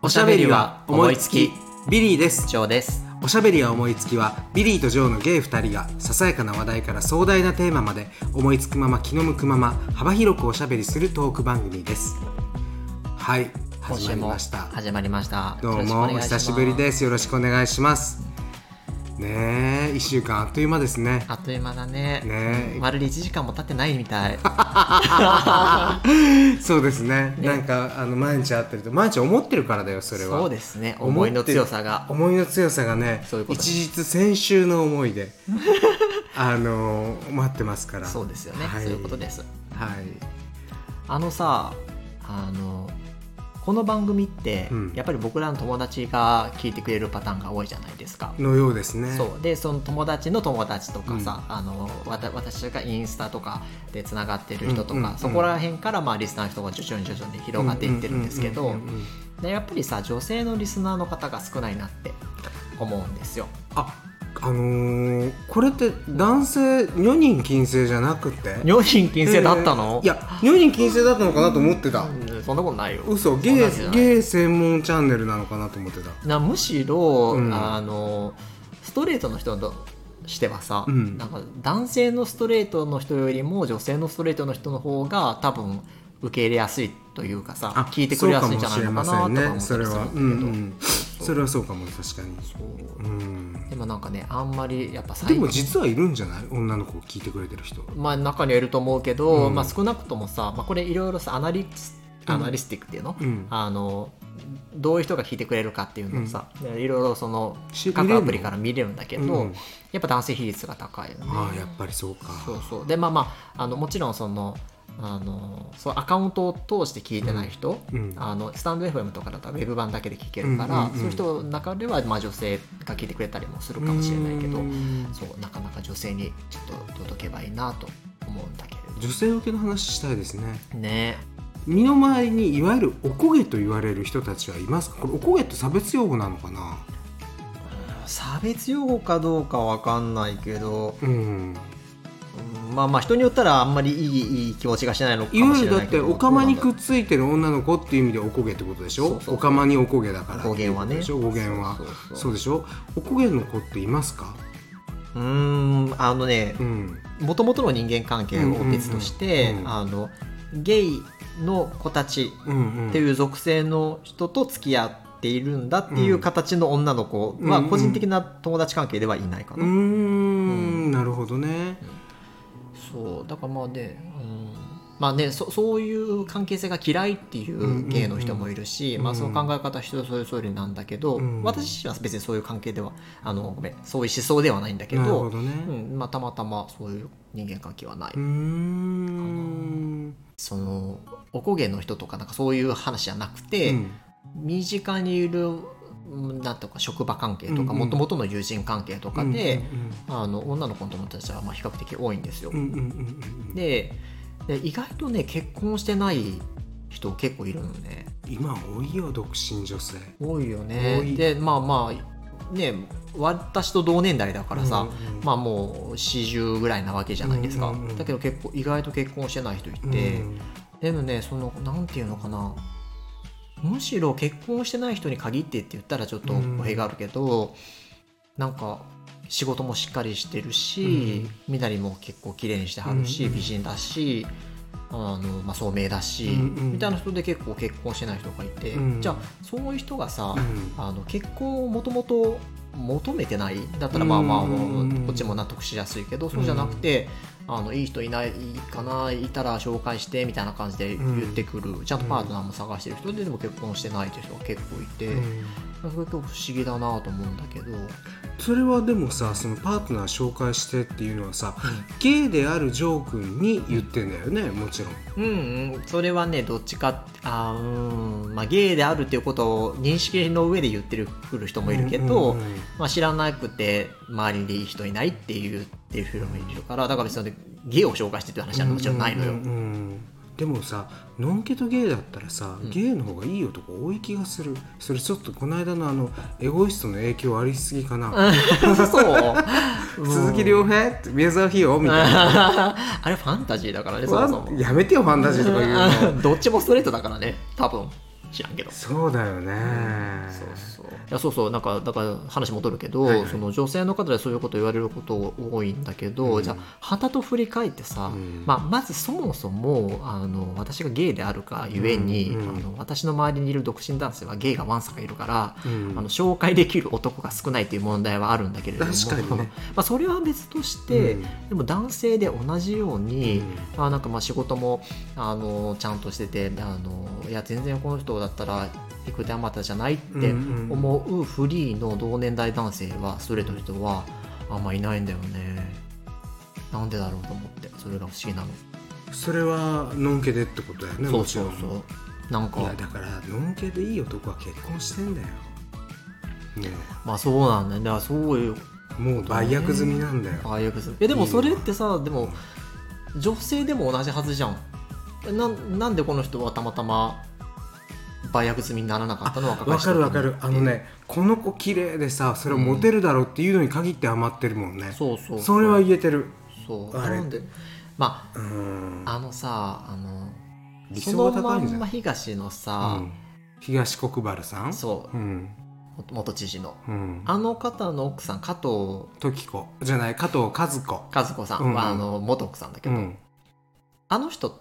おしゃべりは思いつき。ビリーです。 ジョーです。 おしゃべりは思いつきはビリーとジョーのゲイ2人がささやかな話題から壮大なテーマまで思いつくまま気の向くまま幅広くおしゃべりするトーク番組です。はい、始まりました。 始まりました。 どうもお久しぶりです。よろしくお願いします。ねえ、1週間あっという間ですね。 あっという間だね。 まるで1時間も経ってないみたい。 そうですね。なんか毎日会ってると毎日思ってるからだよ、それは。 そうですね。思いの強さがね、 そういうこと一日先週の思いで待ってますから。 そうですよね、 はい、 そういうことです。 はい。 さこの番組って、やっぱり僕らの友達が聞いてくれるパターンが多いじゃないですか。 のようですね。 そうで、その友達の友達とかさ、私がインスタとかでつながってる人とか、そこら辺からリスナーの人が徐々に広がっていってるんですけど、でやっぱりさ、女性のリスナーの方が少ないなって思うんですよ。 これって男性女人禁制じゃなくて女人禁制だったの？ いや、女人禁制だったのかなと思ってた。 そんなことないよ。 嘘、ゲイ専門チャンネルなのかなと思ってた。 むしろ、ストレートの人としてはさ、なんか男性のストレートの人よりも女性のストレートの人の方が多分受け入れやすいというかさ、聞いてくれやすいんじゃないのかなとか思ったりするんだけど、 それはそうかも。確かにそう、でもなんかね、あんまりやっぱでも実はいるんじゃない？女の子を聞いてくれてる人、 中にはいると思うけど、少なくともさ、これいろいろさ、アナリスティックっていうの、どういう人が聞いてくれるかっていうのをさ、いろいろその各アプリから見れるんだけど、やっぱ男性比率が高いよね。 やっぱりそうか。 そうで、もちろんそのそうアカウントを通して聞いてない人、スタンド FM とかだとウェブ版だけで聞けるから、そういう人の中では女性が聞いてくれたりもするかもしれないけど、そうなかなか女性にちょっと届けばいいなと思うんだけれど。 女性受けの話したいですね。 ね。 身の回りにいわゆるおこげと言われる人たちはいますか？これおこげって差別用語なのかな？ 差別用語かどうかわかんないけど、人によったらあんまりいい気持ちがしないのかもしれないけど、いわゆるだってお釜にくっついてる女の子っていう意味でおこげってことでしょ。お釜におこげだから語源はね。 語源はそうでしょ。おこげの子っていますか？ もともとの人間関係を別として、ゲイの子たちっていう属性の人と付き合っているんだっていう形の女の子は個人的な友達関係ではいないかな。 なるほどね。 そうだからそういう関係性が嫌いっていうゲイの人もいるし、その考え方は人それぞれなんだけど、私自身は別にそういう関係ではそういう思想ではないんだけど、たまたまそういう人間関係はないかな。そのおこげの人とかなんかそういう話じゃなくて、身近にいるなんとか職場関係とかもともとの友人関係とかで、女の子の友達は比較的多いんですよ。で意外とね、結婚してない人結構いるのね。 今多いよ、独身女性多いよね。で私と同年代だからさ、もう40ぐらいなわけじゃないですか。だけど結構意外と結婚してない人いて、でもね、そのなんていうのかな、むしろ結婚してない人に限ってって言ったらちょっと語弊があるけど、なんか仕事もしっかりしてるし、身なりも結構綺麗にしてはるし、美人だし、聡明だし、みたいな人で結構結婚してない人がいて、じゃあそういう人がさ、結婚をもともと求めてないだったらこっちも納得しやすいけど、そうじゃなくて、いい人いないかな、いたら紹介してみたいな感じで言ってくる、ちゃんとパートナーも探してる人でも結婚してないという人が結構いて、それ結構不思議だなと思うんだけど。 それはでもさ、そのパートナー紹介してっていうのはさ、ゲイであるジョー君に言ってんだよね、もちろん。 それはね、どっちかゲイであるっていうことを認識の上で言ってくる人もいるけど、知らなくて周りにいい人いないって言ってる人もいるから、だから別にゲイを紹介してっていう話はもちろんないのよ。 でもさ、ノンケとゲイだったらさ、ゲイの方がいい男多い気がする。それちょっとこの間のエゴイストの影響ありすぎかな。そう鈴木亮平って宮沢ひよみたいなあれファンタジーだからね、そもそも。 やめてよ、ファンタジーとか言うのどっちもストレートだからね、多分。 知らんけど。 そうだよね、 そうそう、いやそうそう、なんかだから話戻るけど、 はいはい、 その女性の方でそういうこと言われること多いんだけど、じゃあ旗と振り返ってさ、まずそもそも私がゲイであるかゆえに、私の周りにいる独身男性はゲイがわんさかいるから、紹介できる男が少ないっていう問題はあるんだけれども、 確かにねまあそれは別として、でも男性で同じように、なんかまあ仕事もちゃんとしてて、いや全然この人だったらいく手あまたじゃないって思うフリーの同年代男性はストレートの人はあんまいないんだよね。なんでだろうと思って、それが不思議なの。 それはノンケでってことだよね。 そうそうそう、なんかいやだからノンケでいい男は結婚してんだよ、ね、 まあそうなんだよ。だからそういうもう売約済みなんだよ。 売約済み。でもそれってさ、でも女性でも同じはずじゃん。なんでこの人はたまたま売約済みにならなかったのは分かる分かる。この子綺麗でさ、それをモテるだろうっていうのに限って余ってるもんね、 そうそうそう、 それは言えてる。 そうなんで、まあさ理想が高いんじゃん。 そのまんま東のさ、 東国原さん、 そう、元知事の、あの方の奥さん加藤時子じゃない、加藤和子さんは、元奥さんだけど、あの人って、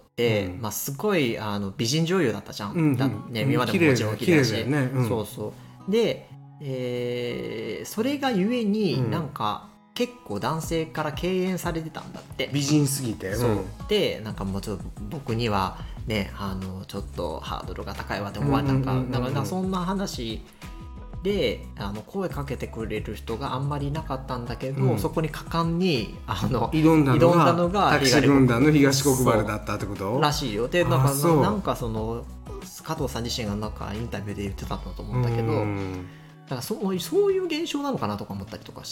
まあ、すごい美人女優だったじゃん、ね、今でももちろん綺麗だし、そうそうで、それがゆえに、なんか結構男性から敬遠されてたんだって、 美人すぎて。 そうで、なんかもうちょっと僕にはねちょっとハードルが高いわって思われたのか、なんかそんな話で声かけてくれる人があんまりいなかったんだけど、そこに果敢に挑んだのがタクシー軍団の東国原だったってことらしいよ。でなんかその加藤さん自身がなんかインタビューで言ってたんだと思うんだけど、だからそういう現象なのかなとか思ったりとかして。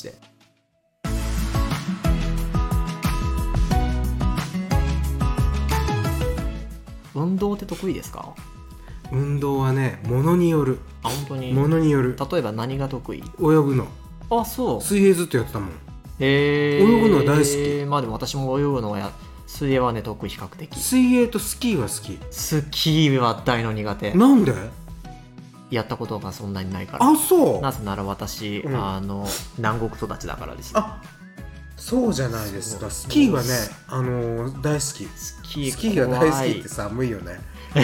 運動って得意ですか？ 運動はね、ものによる。 あ、本当に？ ものによる。 例えば何が得意？ 泳ぐの。 あ、そう。 水泳ずっとやってたもん。泳ぐのは大好き。 まあでも私も泳ぐのは水泳はね得意、比較的。 水泳とスキーは好き。 スキーは大の苦手。 なんで？ やったことがそんなにないから。 あ、そう。 なぜなら私、南国育ちだからです。 あ、そうじゃないですか。スキーはね、大好き。スキーが大好きって寒いよね。 大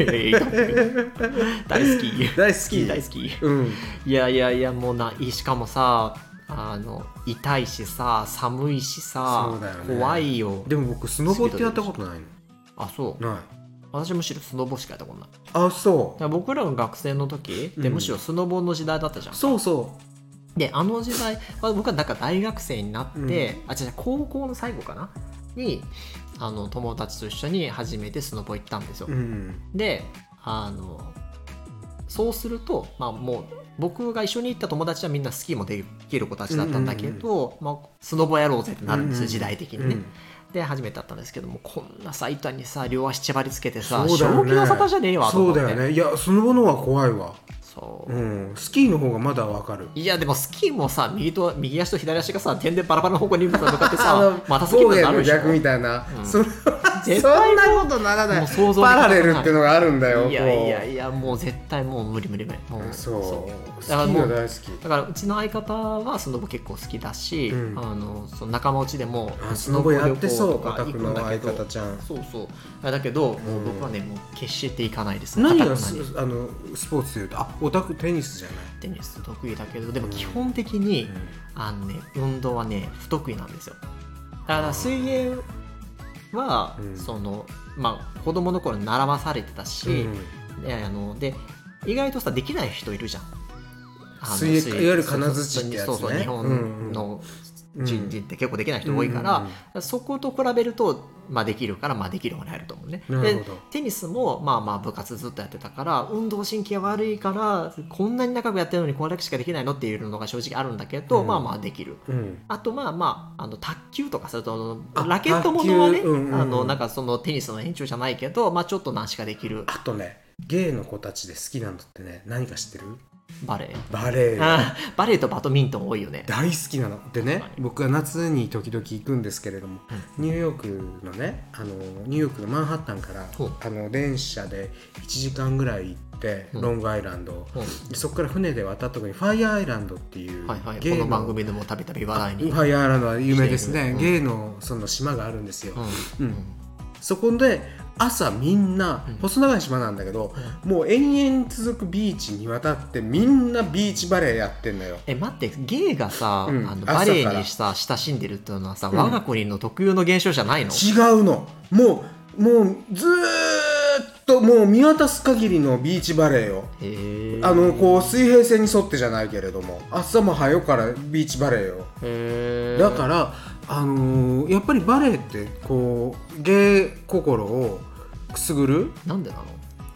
好き大好き、いやもうしかもさ痛いしさ、寒いしさ、怖いよ。 でも僕スノボってやったことないの。 あ、そう。 ない。 私むしろスノボしかやったことない。 あ、そう。 僕らの学生の時ってむしろスノボの時代だったじゃん。 そうそう。 で時代は僕はだから大学生になって、高校の最後かなに友達と一緒に初めてスノボ行ったんですよ、でそうすると、まあ、もう僕が一緒に行った友達はみんなスキーもできる子たちだったんだけど、スノボやろうぜってなるんですよ、時代的にね、で初めてだったんですけども、こんなさ板にさ両足縛りつけてさ、正気の沙汰じゃねえわと思って。 そうだよね。いやスノボの方が怖いわ。 そう、 スキーの方がまだわかる。 いやでもスキーもさ、右足と左足がさ点でバラバラの方向に向かってさまたスキーになるでしょ。 逆みたいな、 絶対そんなことならない。 想像パラレルっていうのがあるんだよ。 いやもう絶対もう無理もうそうスキーが大好きだからうちの相方はスノボ結構好きだし、その仲間内でもスノボやってそう、お宅の相方ちゃん。 そうだけど、もう僕はねもう決していかないです。 何がスポーツでいうと、オタクテニスじゃない？ テニス得意だけど、でも基本的に、運動はね不得意なんですよ。だから水泳は、子供の頃に習わされてたし、で意外とさできない人いるじゃん。 水泳いわゆる金槌ってやつね。 そう日本の人って結構できない人多いから、そこと比べると、できるからできる方に入ると思うね。でテニスも部活ずっとやってたから、運動神経悪いからこんなに長くやってるのにこれだけしかできないのっていうのが正直あるんだけど、できる、あと卓球とかするとラケットものはね、なんかそのテニスの延長じゃないけど、ちょっと何しかできる。 あとね、ゲイの子たちで好きなのってね、何か知ってる？ バレー。バレーとバドミントン多いよね。 大好きなのでね、僕は夏に時々行くんですけれども、ニューヨークのね、ニューヨークのマンハッタンから電車で1時間ぐらい行って、 うんロングアイランド、 うんでそこから船で渡ったところにファイヤーアイランドっていう、 はいはい、 ゲイこの番組でもたびたび話題に。 ファイヤーアイランドは有名ですね、 うんゲイのその島があるんですよ、 うんうんそこで朝みんな、 うん細長い島なんだけど、もう延々続くビーチに渡ってみんなビーチバレーやってんのよ。 待って、ゲイがさ、 うんバレエにさ親しんでるっていうのはさ、 うん我が国の特有の現象じゃないの？ 違うの、もうずーっともう見渡す限りのビーチバレーよ。 へーこう水平線に沿ってじゃないけれども、朝も早からビーチバレーよ。 へーだからやっぱりバレエってこうゲイ心をくすぐる。 なんでなの？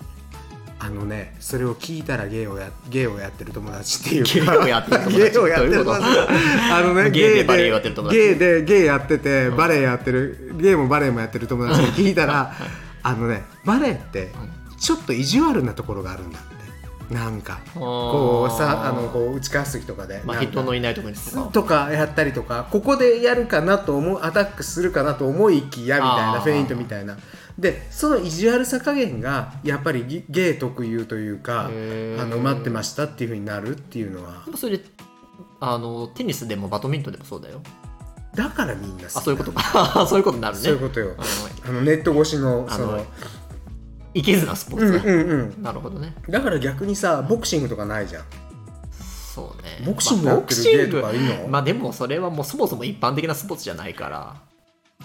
それを聞いたらゲイをやってる友達っていうか、 ゲイをやってる友達ゲイをやってる友達ゲイでバレエをやってる友達、 ゲイやっててバレエやってる、ゲイもバレエもやってる友達に聞いたらバレエってちょっと意地悪なところがあるんだって。なんかこうさこう打ち返す時とかで、 人のいないところにとかやったりとか、ここでやるかなとアタックするかなと思いきやみたいな、フェイントみたいなで、その意地悪さ加減がやっぱりゲイ特有というか、待ってましたっていう風になるっていうのは。 でもそれテニスでもバドミントンでもそうだよ。 だからみんな好き。 そういうことかそういうことになるね。 そういうことよ。ネット越しのいけずなスポーツ、なるほどね。 だから逆にさ、ボクシングとかないじゃん。 そうね。 ボクシングやってるゲイとかいいの？ まあでもそれはもうそもそも一般的なスポーツじゃないから。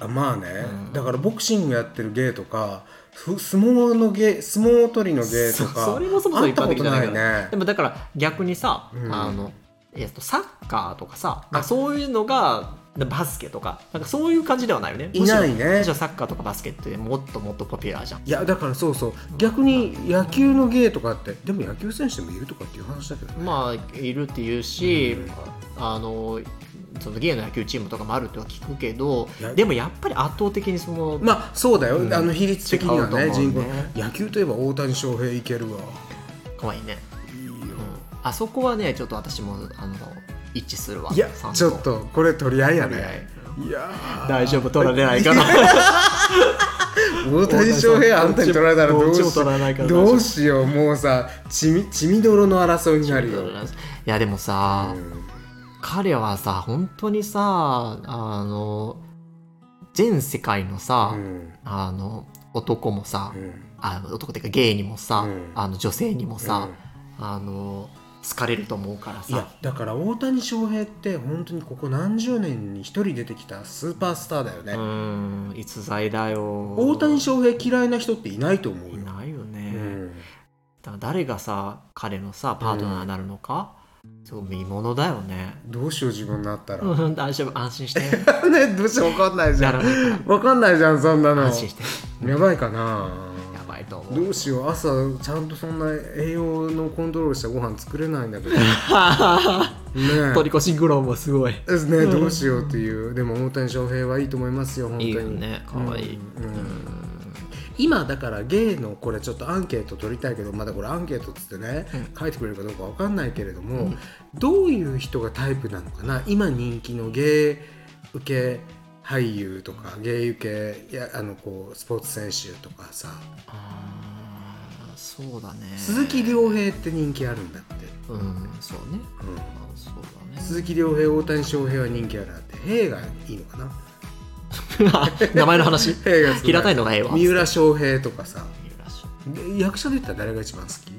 まあね、だからボクシングやってるゲイとか相撲取りのゲイとかそれもそもそも一般的じゃないからね。 でもだから逆にさ、サッカーとかさ、そういうのがバスケとかなんかそういう感じではないよね。 いないね。 むしろサッカーとかバスケってもっともっとポピュラーじゃん。 いやだからそう逆に野球のゲイとかって、でも野球選手でもいるとかっていう話だけどね。 まあいるっていうし、そのゲイの野球チームとかもあるとは聞くけど、でもやっぱり圧倒的にそのまあそうだよ、比率的にはね、人口ね。 野球といえば大谷翔平いけるわ。 かわいいね。いいよ、あそこはねちょっと私も一致するわ。 いやちょっとこれ取り合いやね。いや大丈夫、取られないかな大谷翔平あんたに取られたらどうしよう。もうさ血みどろの争いになるよ。 いやでもさ、彼はさ本当にさ全世界のさ、男もさ、男っていうかゲイにもさ、女性にもさ、好かれると思うからさ。 いやだから大谷翔平って本当にここ何十年に一人出てきたスーパースターだよね。 逸材だよ。 大谷翔平嫌いな人っていないと思うよ。 いないよね、だから誰がさ彼のさパートナーになるのか、すごい見ものだよね。 どうしよう自分になったら。 大丈夫、安心してね、どうして分かんないじゃん。分かんないじゃんそんなの。 安心して。 やばいかな。 やばいと思う。 どうしよう、朝ちゃんとそんな栄養のコントロールしたご飯作れないんだけどね。 取り越し苦労もすごいですね。どうしようっていう。でも大谷翔平はいいと思いますよ本当に。 いいよね、かわいい。 今だからゲイのこれちょっとアンケート取りたいけど、まだこれアンケートっつってね、書いてくれるかどうかわかんないけれども、どういう人がタイプなのかな。今人気のゲイ受け俳優とかゲイ受けこうスポーツ選手とかさ。 そうだね。 鈴木亮平って人気あるんだって。 そうね。そうだね。 鈴木亮平、大谷翔平は人気あるなって。兵がいいのかな。 名前の話平たいのがええわ。 三浦翔平とかさ。役者で言ったら誰が一番好き？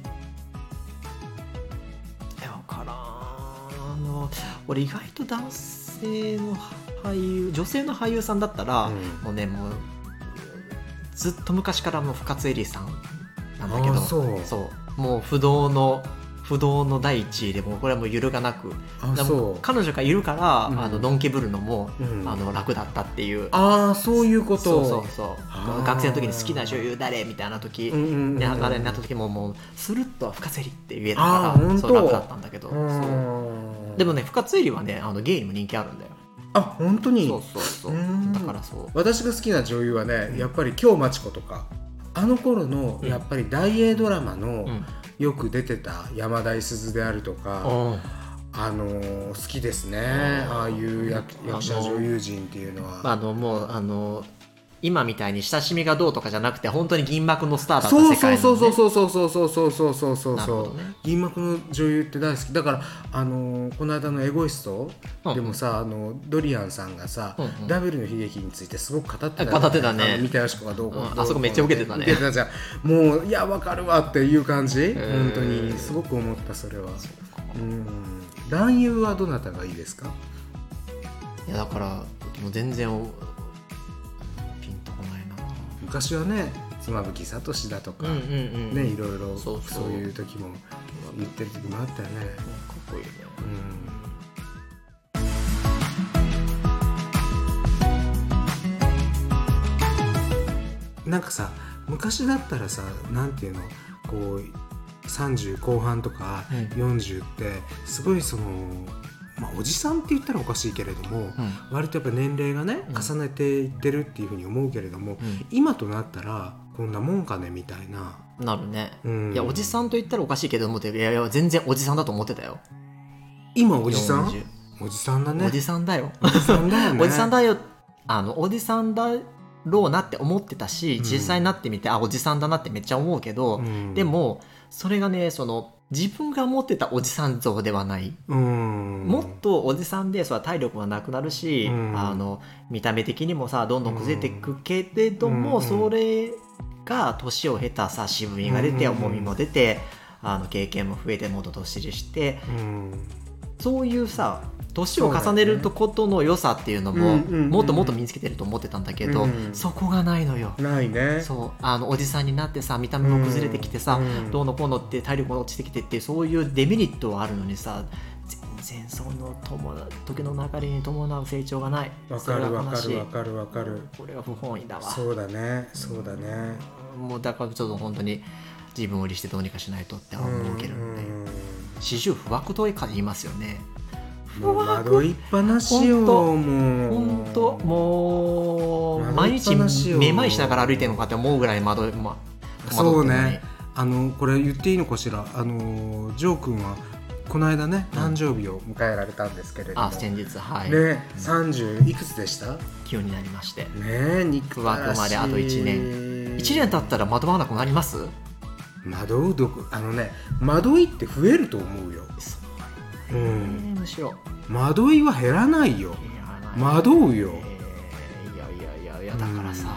分からん。俺意外と男性の俳優、女性の俳優さんだったら、もうずっと昔から深津絵里さんなんだけど、そうもう不動の第一位でもこれはもう揺るがなく、彼女がいるから、のんけぶるのも、楽だったっていう。 そういうこと。 そう学生の時に好きな女優誰みたいな時、誰になった時ももうスルッと深津絵里って言えたからそう楽だったんだけど。でもね深津絵里はねゲイにも人気あるんだよ。 本当に。 そうだからそう。 私が好きな女優はね、やっぱり京真知子とか頃のやっぱり大映ドラマの、よく出てた山田五十鈴であるとか、好きですね。ああいう役者女優陣っていうのは。 もう今みたいに親しみがどうとかじゃなくて本当に銀幕のスターだった世界なのね。 そう銀幕の女優って大好きだから、この間のエゴイストでもさ、ドリアンさんがさ、ダブルの悲劇についてすごく語ってたね。 三田佳子がどうこう、 あそこめっちゃ受けてたね。 受けてたじゃん。もういや分かるわっていう感じ、本当にすごく思ったそれは。男優はどなたがいいですか？ いやだからもう全然ピンとこないな。 昔はね妻夫木聡だとか、ねいろいろそういう時も言ってる時もあったよね。 かっこいいね。 なんかさ昔だったらさなんていうのこう30後半とか40ってすごいその、おじさんって言ったらおかしいけれども、割とやっぱ年齢がね重ねていってるっていうふうに思うけれども、今となったらこんなもんかねみたいな。 なるね。いやおじさんと言ったらおかしいけどもっていや全然おじさんだと思ってたよ。 今おじさん？おじさんだね。 おじさんだよ。 おじさんだよね。 おじさんだよ。おじさんだろうなって思ってたし、実際になってみておじさんだなってめっちゃ思うけど、でもそれがねその自分が持ってたおじさん像ではない。もっとおじさんでそれは体力がなくなるし、見た目的にもさどんどん崩れていくけれども、それが年を経たさ渋みが出て重みも出て経験も増えてもっとどっしりして、そういうさ年を重ねることの良さっていうのももっともっと身につけてると思ってたんだけど、そこがないのよ。 ないね。 そうおじさんになってさ見た目も崩れてきてさ、どうのこうのって体力も落ちてきてってそういうデメリットはあるのにさ全然その時の流れに伴う成長がない。 わかるわかる。 これが不本意だわ。 そうだね。 もうだからちょっと本当に自分を律してどうにかしないとって思うけどね。四十不惑とか言いますよね。 惑いっぱなしよ。 本当もう毎日めまいしながら歩いてるのかって思うぐらい惑ってるのに。 そうね。これ言っていいのかしら。ジョー君はこの間ね誕生日を迎えられたんですけれども、 先日はいね30いくつでした？ 急になりましてね肉不惑まであと1年経ったら惑わなくなります？ 惑う惑いって増えると思うよ。 むしろ惑いは減らないよ。惑うよ。 いやだからさ、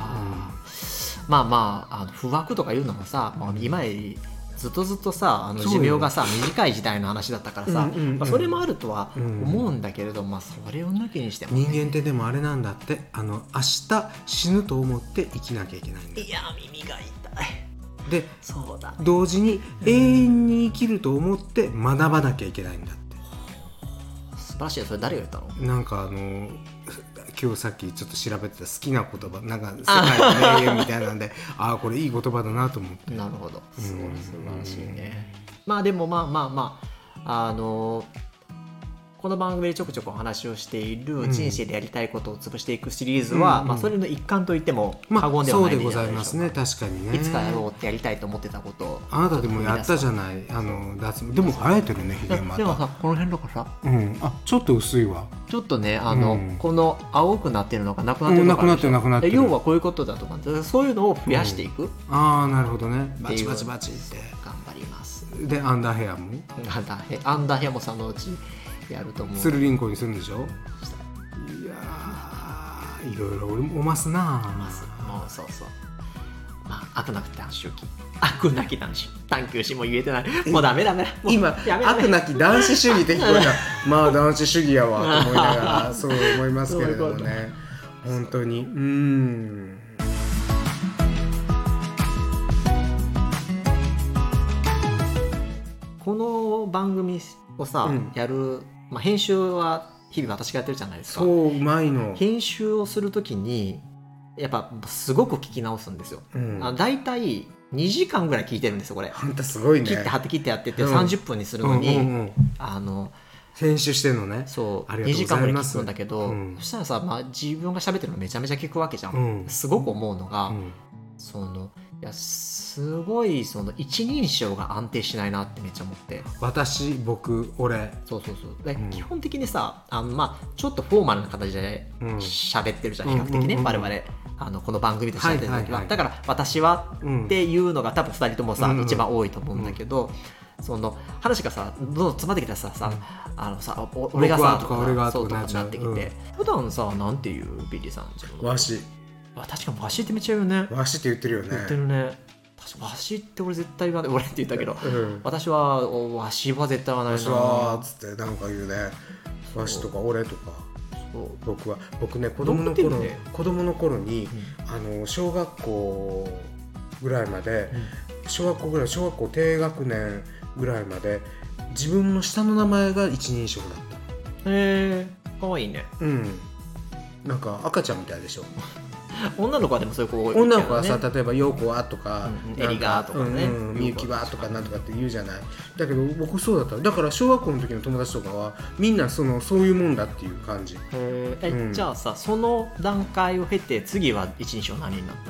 不惑とかいうのもさ、今よりずっとさ寿命がさ短い時代の話だったからさ、それもあるとは思うんだけれど、それを抜きにしても、 人間ってでもあれなんだって、明日死ぬと思って生きなきゃいけないんだ。 いや耳が痛い。 でそうだ、ね、 同時に永遠に生きると思って学ばなきゃいけないんだって。 素晴らしい。それ誰が言ったの？ なんか今日さっきちょっと調べてた好きな言葉なんか世界の名言みたいなんでこれいい言葉だなと思って。 なるほど、素晴らしいね。でもこの番組でちょくちょくお話をしている人生でやりたいことを潰していくシリーズは、それの一環といっても過言ではないそうでございますね。確かにね。 いつかやろうってやりたいと思ってたことをあなたでもやったじゃない。でも生えてるねひげまた。 でもさこの辺とかさ、 ちょっと薄いわ。 ちょっとねこの青くなってるのがなくなってるのかなくなってる。 要はこういうことだと思うんです。そういうのを増やしていく。 なるほどね。バチバチって頑張ります。 でアンダーヘアもアンダーヘアもそのうちやると思う。 スルリンコにするんでしょ。いやいろいろおますな。 もうそう悪なき男子悪なき男子探求心も言えてない。もうダメ今悪なき男子主義って聞こえた。男子主義やわと思いながらそう思いますけれどもね。本当にこの番組をさ、やる、編集は日々私がやってるじゃないですか。 そううまいの。 編集をするときにやっぱすごく聞き直すんですよ。だいたい2時間ぐらい聞いてるんですよこれ。 あんたすごいね。 切って貼って切ってやってて30分にするのに、 編集してんのね。 そう2時間ぐらい聞くんだけど、そしたらさ、自分が喋ってるのめちゃめちゃ聞くわけじゃん。すごく思うのが、そのいやすごいその一人称が安定しないなってめっちゃ思って。 私、僕、俺。 そうで、基本的にさまあ、ちょっとフォーマルな形で喋ってるじゃん、比較的ね、我々この番組で喋ってる時は、だから私はっていうのが多分2人ともさ、一番多いと思うんだけど、その話がさどんどん詰まってきたらさ、俺がさとかそうとかなってきて、普段さなんていうビリーさん自分わし。 確かにわしってめっちゃ言うね。 わしって言ってるよね。 言ってるね。確かわしって俺絶対言わない。俺って言ったけど、私はわしは絶対言わないな。 わしはつってなんか言うね。わしとか俺とか。僕ね、子供の頃に、小学校ぐらいまで、小学校低学年ぐらいまで自分の下の名前が一人称だった。 へえ、かわいいね。 なんか赤ちゃんみたいでしょ。 女の子はでもそういう子多い、 女の子はさ、例えば陽子はとか、 エリがとかね、 みゆきはとかなんとかって言うじゃない。だけど僕そうだった。だから小学校の時の友達とかはみんなそういうもんだっていう感じ。 じゃあさ、その段階を経て次は一人称何になった？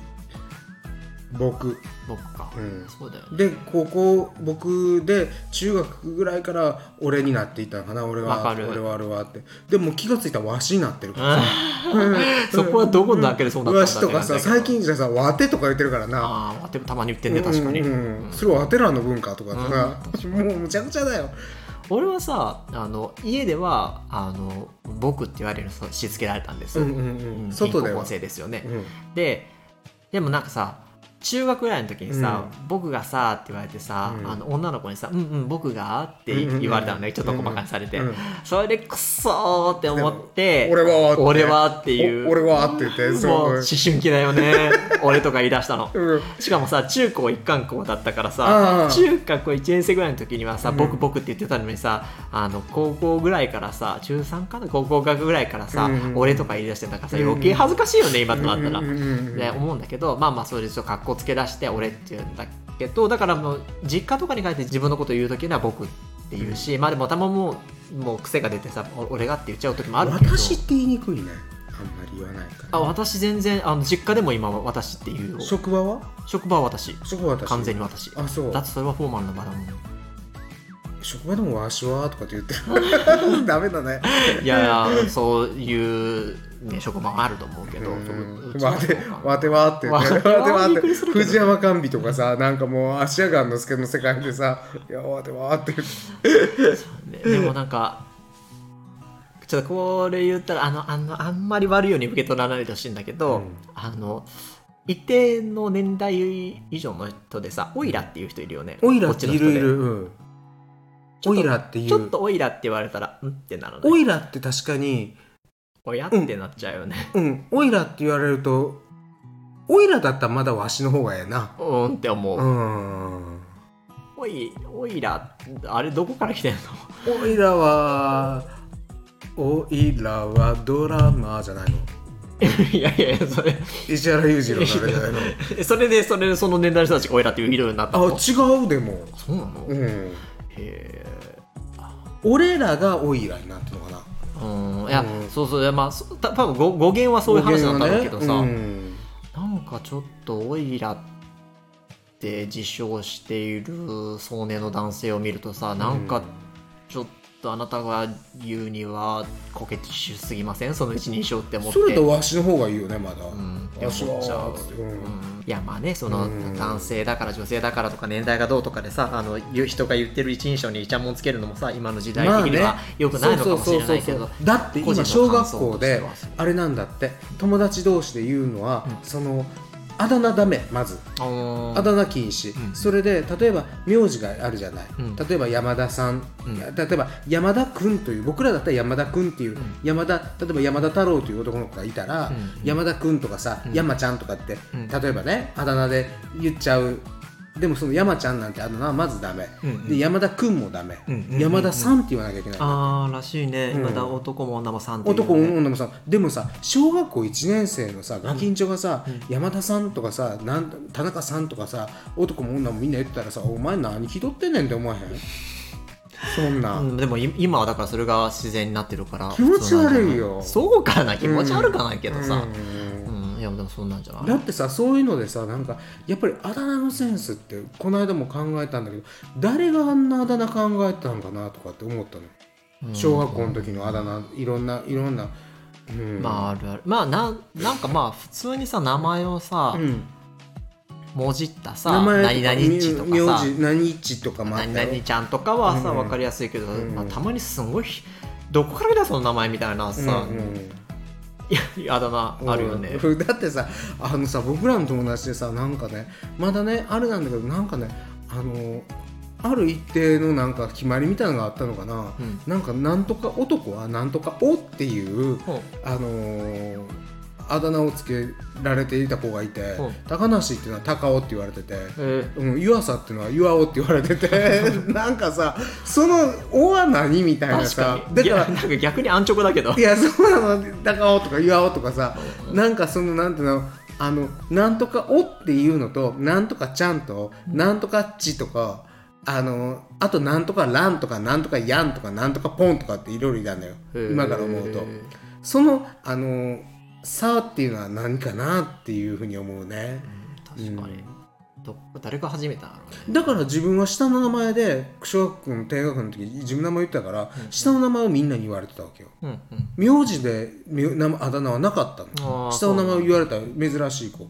僕か、そうだよね。 で僕で中学ぐらいから俺になっていったのかな。俺はって。でも気がついたらわしになってるからさそこはどこだけでそうなったんだわしとかさ、最近じゃさわてとか言ってるからな。 わてたまに言ってんね、確かに。 それはわてらの文化とかさ、もうむちゃくちゃだよ。 俺はさ家では僕って言われるのしつけられたんです。 外では高校生ですよね。でもなんかさ、中学ぐらいの時にさ、僕がさって言われてさ、女の子にさ、僕がって言われたのね、ちょっと細かにされて、それでクソーって思って、俺はっていう、 俺はって言って、 もう思春期だよね俺とか言い出したの。しかもさ、中高一貫校だったからさ、中学校1年生ぐらいの時にはさ、僕って言ってたのにさ、高校ぐらいからさ、中3かな、高校学ぐらいからさ、俺とか言い出してたからさ、余計恥ずかしいよね今となったら、で思うんだけど、まあそれでちょっと格好つけ出して俺って言うんだけど、だからもう実家とかに帰って自分のことを言う時には僕って言うし、まあでもたまもう癖が出てさ、俺がって言っちゃう時もあるけど、 私って言いにくいね、あんまり言わないから、 私全然実家でも今は私って言うよ。 職場は私完全に私。 そうだってそれはフォーマルな場だもん。 職場でもわしはとかって言ってるダメだね。 いやそういうね、職場もあると思うけど、 わてはって言って藤山甘美とかさ、なんかもう芦屋雁之助の世界でさ、いやわてはって言ってでもなんかちょっとこれ言ったらあんまり悪いように受け取らないでほしいんだけど、一定の年代以上の人でさ、オイラっていう人いるよね。 オイラっている。オイラっていう、 ちょっとオイラって言われたらってなるね。 オイラって確かにおやってなっちゃうよね。 オイラって言われると、オイラだったらまだわしの方がええなって思う。オイラあれどこから来てんの？ オイラはドラマじゃないの？ いやそれ石原裕次郎のあれじゃないの？ それでその年代の人たちがオイラっていう色になったの？ 違う。でもそうなの？ 俺らがオイラになってるのかな。 いや、そうまあ多分語源はそういう話なんだろうけどさ、なんかちょっとオイラって自称している壮年の男性を見るとさ、なんかちょっとあなたが言うにはコケティッシュすぎません？その一人称って思って。 それとわしの方がいいよね、まだ。 って思っちゃう。いやまあね、その男性だから女性だからとか年代がどうとかでさ、人が言ってる一人称にイチャモンつけるのもさ、今の時代的には良くないのかもしれないけど、 だって今小学校であれなんだって、友達同士で言うのは、そのあだ名ダメ、まずあだ名禁止、それで例えば名字があるじゃない、例えば山田さん、例えば山田くんという、僕らだったら山田くんっていう、例えば山田太郎という男の子がいたら、山田くんとかさ、山ちゃんとかって、例えばねあだ名で言っちゃう。でもその山ちゃんなんてあだ名はまずダメ、で山田くんもダメ、山田さんって言わなきゃいけない。 らしいね。まだ男も女もさんっていう、 男も女もさん。でもさ、小学校1年生のさガキンチョがさ、山田さんとかさ、田中さんとかさ、男も女もみんな言ってたらさ、お前何気取ってんねんって思わへん？そんな、 でも今はだからそれが自然になってるから気持ち悪いよ。 そうかな、気持ち悪かないけどさ、いいやでもそんなんじゃない。 だってさ、そういうのでさ、なんかやっぱりあだ名のセンスってこの間も考えたんだけど、誰があんなあだ名考えたのかなとかって思ったの。小学校の時のあだ名、いろんな、 まああるある。まあなんかまあ普通にさ名前をさ、もじったさ、何々っちとかさ、 名字何っちとかもあったよ。 何々ちゃんとかはさ分かりやすいけど、まあ、たまにすごいどこから来たその名前みたいなさ、いやあだ名あるよね。 だってさ、僕らの友達でさ、なんかね、まだねあれなんだけど、なんかね、ある一定のなんか決まりみたいなのがあったのかな、なんかなんとか男はなんとかおっていう、あだ名をつけられていた子がいて、高梨っていうのは高尾って言われてて、湯浅っていうのは湯青って言われててなんかさ、そのおは何みたいなさ、 だからなんか逆に安直だけど、 いやそうなの、高尾とか湯青とかさ、なんかそのなんていうの、なんとかおっていうのと、なんとかちゃんと、なんとかっちとか、あとなんとかランとかなんとかヤンとかなんとかポンとかっていろいろいたんだよ、今から思うと。その差っていうのは何かなっていうふうに思うね。 確かに、誰が始めたの、 だから自分は下の名前で小学校の低学年の時自分の名前言ったから、下の名前をみんなに言われてたわけよ、名字であだ名はなかったの。下の名前を言われたら珍しい子。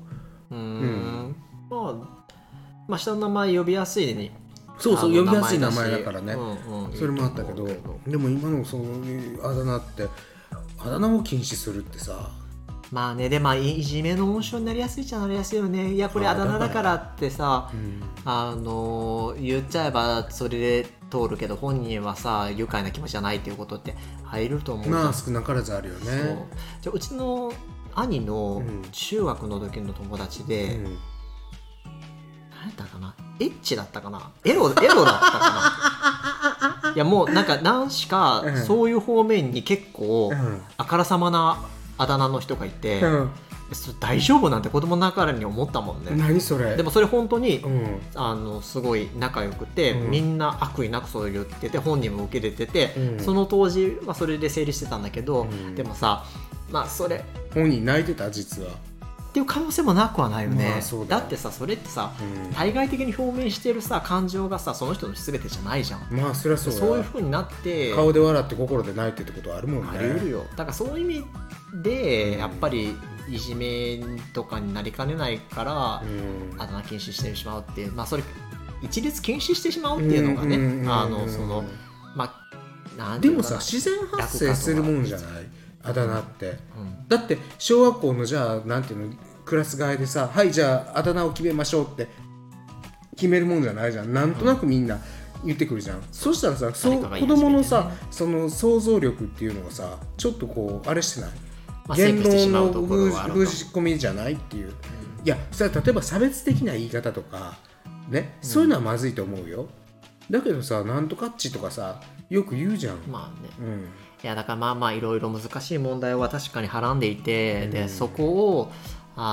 まあ下の名前呼びやすいね。 そう呼びやすい名前だからね、それもあったけど、でも今のそういうあだ名って、あだ名を禁止するってさ、 まあね、でまあいじめの温床になりやすいっちゃなりやすいよね。いやこれあだ名だからってさ、言っちゃえばそれで通るけど、本人はさ愉快な気持ちじゃないっていうことって入ると思う。 まあ少なからずあるよね。 じゃあうちの兄の中学の時の友達で、何やったかな、エッチだったかな、エロだったかな。いやもうなんか何しかそういう方面に結構あからさまなあだ名の人がいて、それ大丈夫なんて子供ながらに思ったもんね。 何それ。 でもそれ本当に、すごい仲良くて、みんな悪意なくそう言ってて、本人も受け入れてて、その当時はそれで成立してたんだけど、でもさ、まあそれ本人泣いてた実はっていう可能性もなくはないよね。 だってさ、それってさ、対外的に表明してるさ感情がさ、その人の全てじゃないじゃん。 まあそりゃそうだ。 そういう風になって顔で笑って心で泣いてってことはあるもんね。 あり得るよ。だからそういう意味でやっぱりいじめとかになりかねないから、あだ名禁止してしまうっていう、まあそれ一律禁止してしまうっていうのがね、そのまあなんていうかな、 でもさ、自然発生するもんじゃないあだ名って、だって小学校のじゃあなんていうの、クラス替えでさ、はいじゃああだ名を決めましょうって決めるもんじゃないじゃん。なんとなくみんな言ってくるじゃん。そしたらさ、子供のさ、その想像力っていうのがさ、ちょっとこうあれしてない、言論の封じ込みじゃないっていう、いやそれは例えば差別的な言い方とかね、そういうのはまずいと思うよ。だけどさ、なんとかっちとかさよく言うじゃん。 まあね、いやだからまあいろいろ難しい問題は確かにはらんでいて、でそこを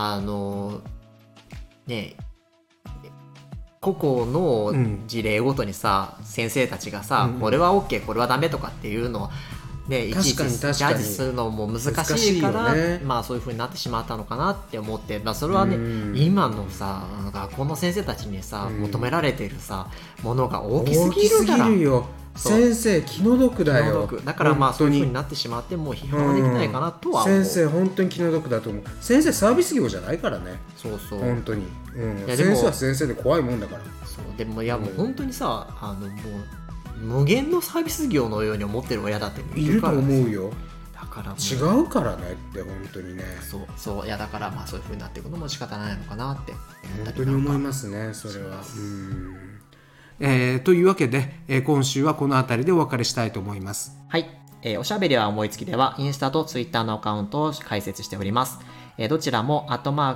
ね、個々の事例ごとにさ、先生たちがさ、これは OK これはダメとかっていうのをね、いちいちジャッジするのも難しいから、まあそういう風になってしまったのかなって思って、まあ、それはね、今のさ学校の先生たちにさ、求められているさものが大きすぎるから。先生気の毒だよ。だからまあそういう風になってしまって、もう批判はできないかなとは思う。 先生本当に気の毒だと思う。先生サービス業じゃないからね。 そうそう本当に、先生は先生で怖いもんだから。 そうでもいやもう本当にさ、もう無限のサービス業のように思ってる親だっていると思うよ。 だから違うからねって本当にね。 そういやだからまあそういう風になっていくのも仕方ないのかなって本当に思いますね、それは。というわけで、今週はこの辺りでお別れしたいと思います。 はい、おしゃべりは思いつきではインスタとツイッターのアカウントを開設しております。どちらも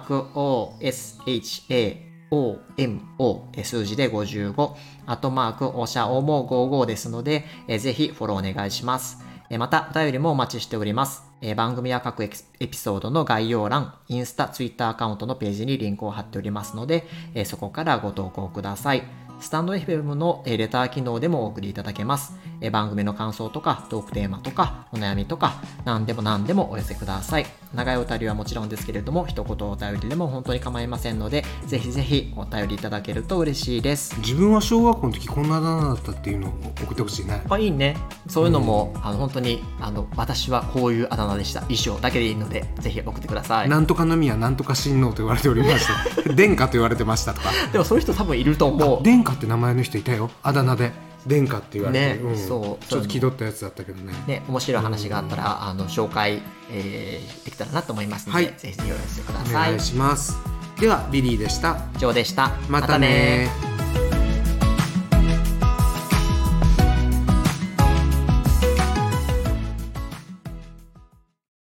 @OSHAOMO 数字で55おしゃおも55ですので、ぜひフォローお願いします。またお便りもお待ちしております。番組や各エピソードの概要欄、 インスタ、ツイッターアカウントのページにリンクを貼っておりますので、そこからご投稿ください。スタンド FM のレター機能でもお送りいただけます。番組の感想とかトークテーマとかお悩みとか何でもお寄せください。長いお便りはもちろんですけれども、一言お便りでも本当に構いませんので、ぜひぜひお便りいただけると嬉しいです。 自分は小学校の時こんなあだ名だったっていうのを送ってほしいね。 いいね。そういうのも、本当に私はこういうあだ名でした以上だけでいいので、ぜひ送ってください。 なんとかの宮なんとか親王と言われておりました殿下と言われてましたとかでもそういう人多分いると思う。 殿下って名前の人いたよ、あだ名で殿下って言われて、 ね、そうちょっと気取ったやつだったけどね。 面白い話があったら、紹介、できたらなと思いますので、ぜひぜひお寄せください。 お願いします。ではビリーでした。 ジョーでした。 またね。